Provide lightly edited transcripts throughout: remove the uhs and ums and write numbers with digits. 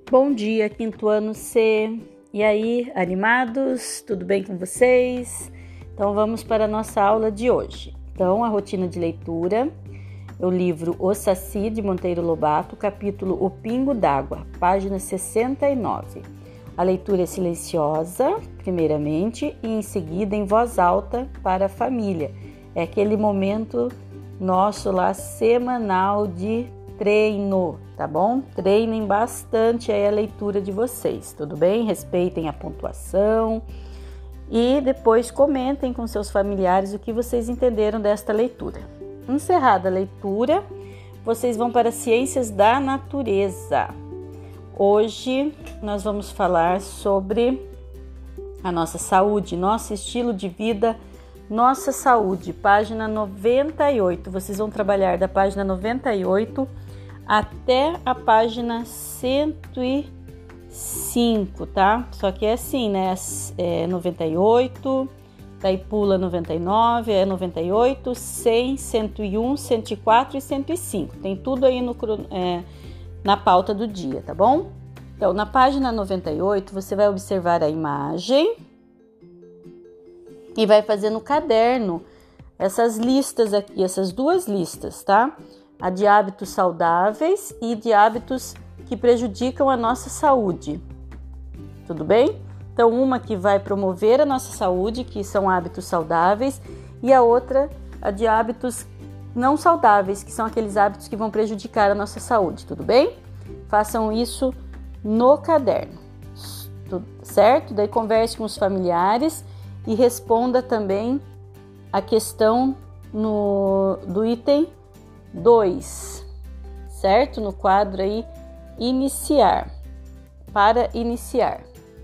Bom dia, quinto ano C. E aí, animados? Tudo bem com vocês? Então vamos para a nossa aula de hoje. Então, a rotina de leitura, o livro O Saci, de Monteiro Lobato, capítulo O Pingo d'Água, página 69. A leitura é silenciosa, primeiramente, e em seguida em voz alta para a família. É aquele momento nosso lá semanal de treino, tá bom? Treinem bastante aí a leitura de vocês, tudo bem? Respeitem a pontuação e depois comentem com seus familiares o que vocês entenderam desta leitura. Encerrada a leitura, vocês vão para Ciências da Natureza. Hoje nós vamos falar sobre a nossa saúde, nosso estilo de vida, nossa saúde, página 98. Vocês vão trabalhar da página 98 até a página 105, tá? Só que é assim, né? É 98, daí pula 99, é 98, 100, 101, 104 e 105. Tem tudo aí na pauta do dia, tá bom? Então, na página 98, você vai observar a imagem e vai fazer no caderno essas listas aqui, essas duas listas, tá? A de hábitos saudáveis e de hábitos que prejudicam a nossa saúde. Tudo bem? Então, uma que vai promover a nossa saúde, que são hábitos saudáveis, e a outra, a de hábitos não saudáveis, que são aqueles hábitos que vão prejudicar a nossa saúde. Tudo bem? Façam isso no caderno, certo? Daí converse com os familiares e responda também a questão do item 2, certo? No quadro aí, iniciar, para iniciar,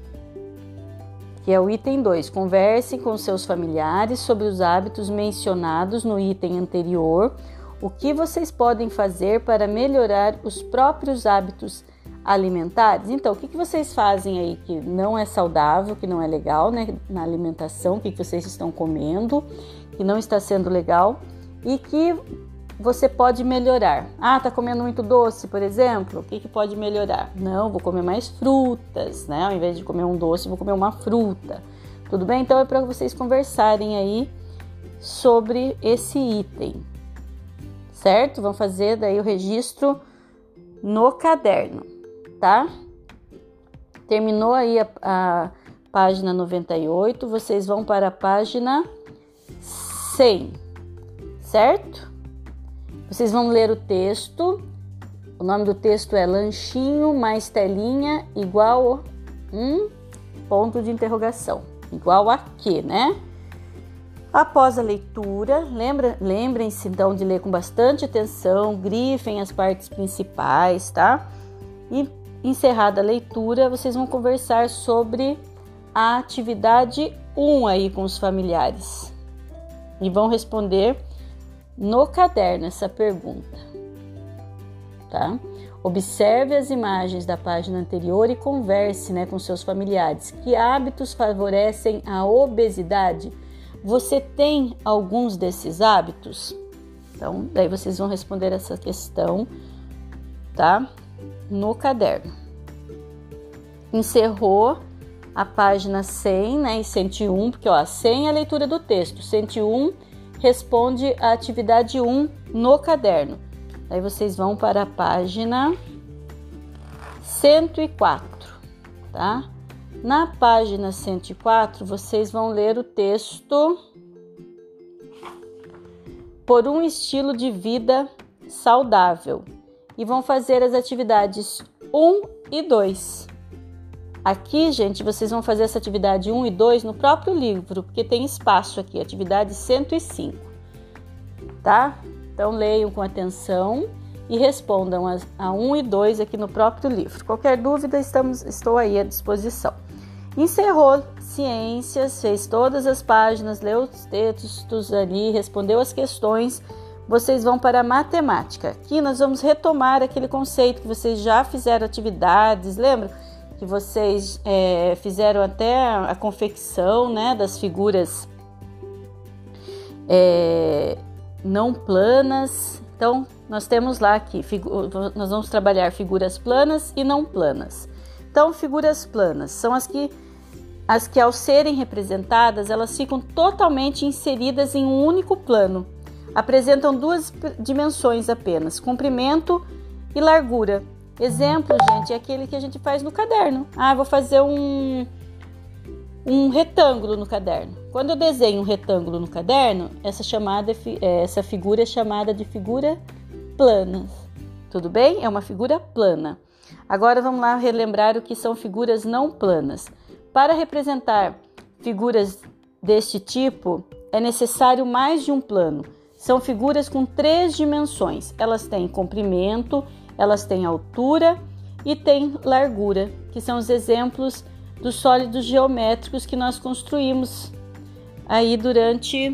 que é o item 2. Converse com seus familiares sobre os hábitos mencionados no item anterior, o que vocês podem fazer para melhorar os próprios hábitos alimentares. Então, o que vocês fazem aí que não é saudável, que não é legal, né, na alimentação, o que vocês estão comendo, que não está sendo legal e que você pode melhorar. Tá comendo muito doce, por exemplo? O que pode melhorar? Não, vou comer mais frutas, né? Ao invés de comer um doce, vou comer uma fruta. Tudo bem? Então, é para vocês conversarem aí sobre esse item, certo? Vão fazer daí o registro no caderno, tá? Terminou aí a página 98, vocês vão para a página 100, certo? Vocês vão ler o texto. O nome do texto é Lanchinho mais telinha igual ponto de interrogação. Igual a quê, né? Após a leitura, lembrem-se então de ler com bastante atenção, grifem as partes principais, tá? E encerrada a leitura, vocês vão conversar sobre a atividade 1 aí com os familiares. E vão responder no caderno essa pergunta, tá? Observe as imagens da página anterior e converse, né, com seus familiares. Que hábitos favorecem a obesidade? Você tem alguns desses hábitos? Então, daí vocês vão responder essa questão, tá? No caderno. Encerrou a página 100, né, e 101, porque 100 é a leitura do texto, 101 responde a atividade 1 no caderno. Aí vocês vão para a página 104, tá? Na página 104, vocês vão ler o texto Por um estilo de vida saudável e vão fazer as atividades 1 e 2. Aqui, gente, vocês vão fazer essa atividade 1 e 2 no próprio livro, porque tem espaço aqui, atividade 105, tá? Então, leiam com atenção e respondam a 1 e 2 aqui no próprio livro. Qualquer dúvida, estou aí à disposição. Encerrou Ciências, fez todas as páginas, leu os textos ali, respondeu as questões. Vocês vão para a Matemática. Aqui nós vamos retomar aquele conceito que vocês já fizeram atividades, lembra? Que vocês fizeram até a confecção, né, das figuras não planas. Então, nós temos lá aqui, nós vamos trabalhar figuras planas e não planas. Então, figuras planas são as que ao serem representadas, elas ficam totalmente inseridas em um único plano. Apresentam duas dimensões apenas, comprimento e largura. Exemplo, gente, é aquele que a gente faz no caderno. Vou fazer um retângulo no caderno. Quando eu desenho um retângulo no caderno, essa figura é chamada de figura plana. Tudo bem? É uma figura plana. Agora vamos lá relembrar o que são figuras não planas. Para representar figuras deste tipo, é necessário mais de um plano. São figuras com 3 dimensões. Elas têm comprimento, elas têm altura e têm largura, que são os exemplos dos sólidos geométricos que nós construímos aí durante...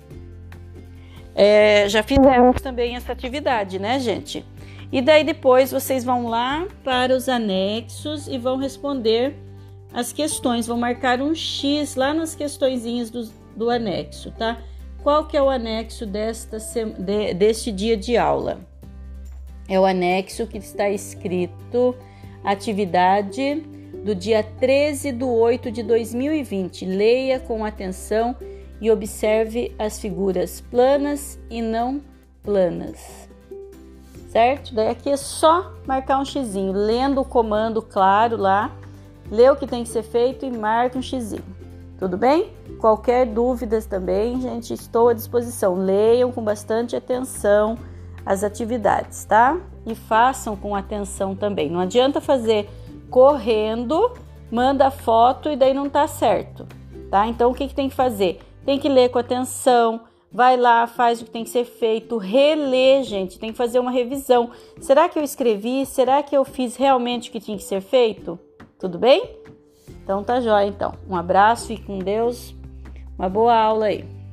já fizemos também essa atividade, né, gente? E daí depois vocês vão lá para os anexos e vão responder as questões, vão marcar um X lá nas questõezinhas do anexo, tá? Qual que é o anexo deste dia de aula? É o anexo que está escrito atividade do dia 13/8/2020. Leia com atenção e observe as figuras planas e não planas. Certo? Daí aqui é só marcar um xizinho, lendo o comando claro lá, lê o que tem que ser feito e marca um xizinho. Tudo bem? Qualquer dúvida também, gente, estou à disposição. Leiam com bastante atenção as atividades, tá? E façam com atenção também. Não adianta fazer correndo, manda foto e daí não tá certo, tá? Então o que tem que fazer? Tem que ler com atenção, vai lá, faz o que tem que ser feito, relê, gente, tem que fazer uma revisão. Será que eu escrevi? Será que eu fiz realmente o que tinha que ser feito? Tudo bem? Então tá jóia, então. Um abraço, fique com Deus. Uma boa aula aí.